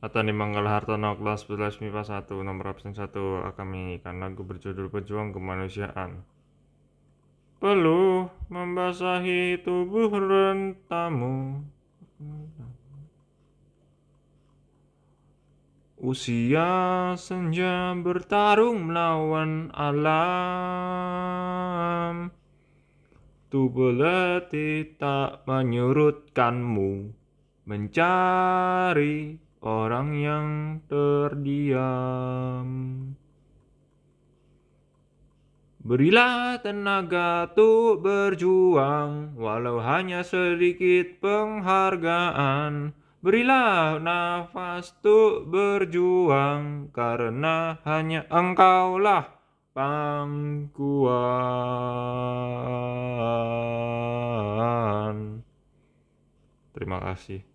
Atani Manggala Hartono, kelas 11 MIPA 1, nomor absen 1, akan menyanyikan lagu berjudul Pejuang Kemanusiaan. Peluh membasahi tubuh rentamu, usia senja bertarung melawan alam. Tubuh letih tak menyurutkanmu mencari orang yang terdiam. Berilah tenaga untuk berjuang, walau hanya sedikit penghargaan. Berilah nafas untuk berjuang, karena hanya engkaulah pangkuan. Terima kasih.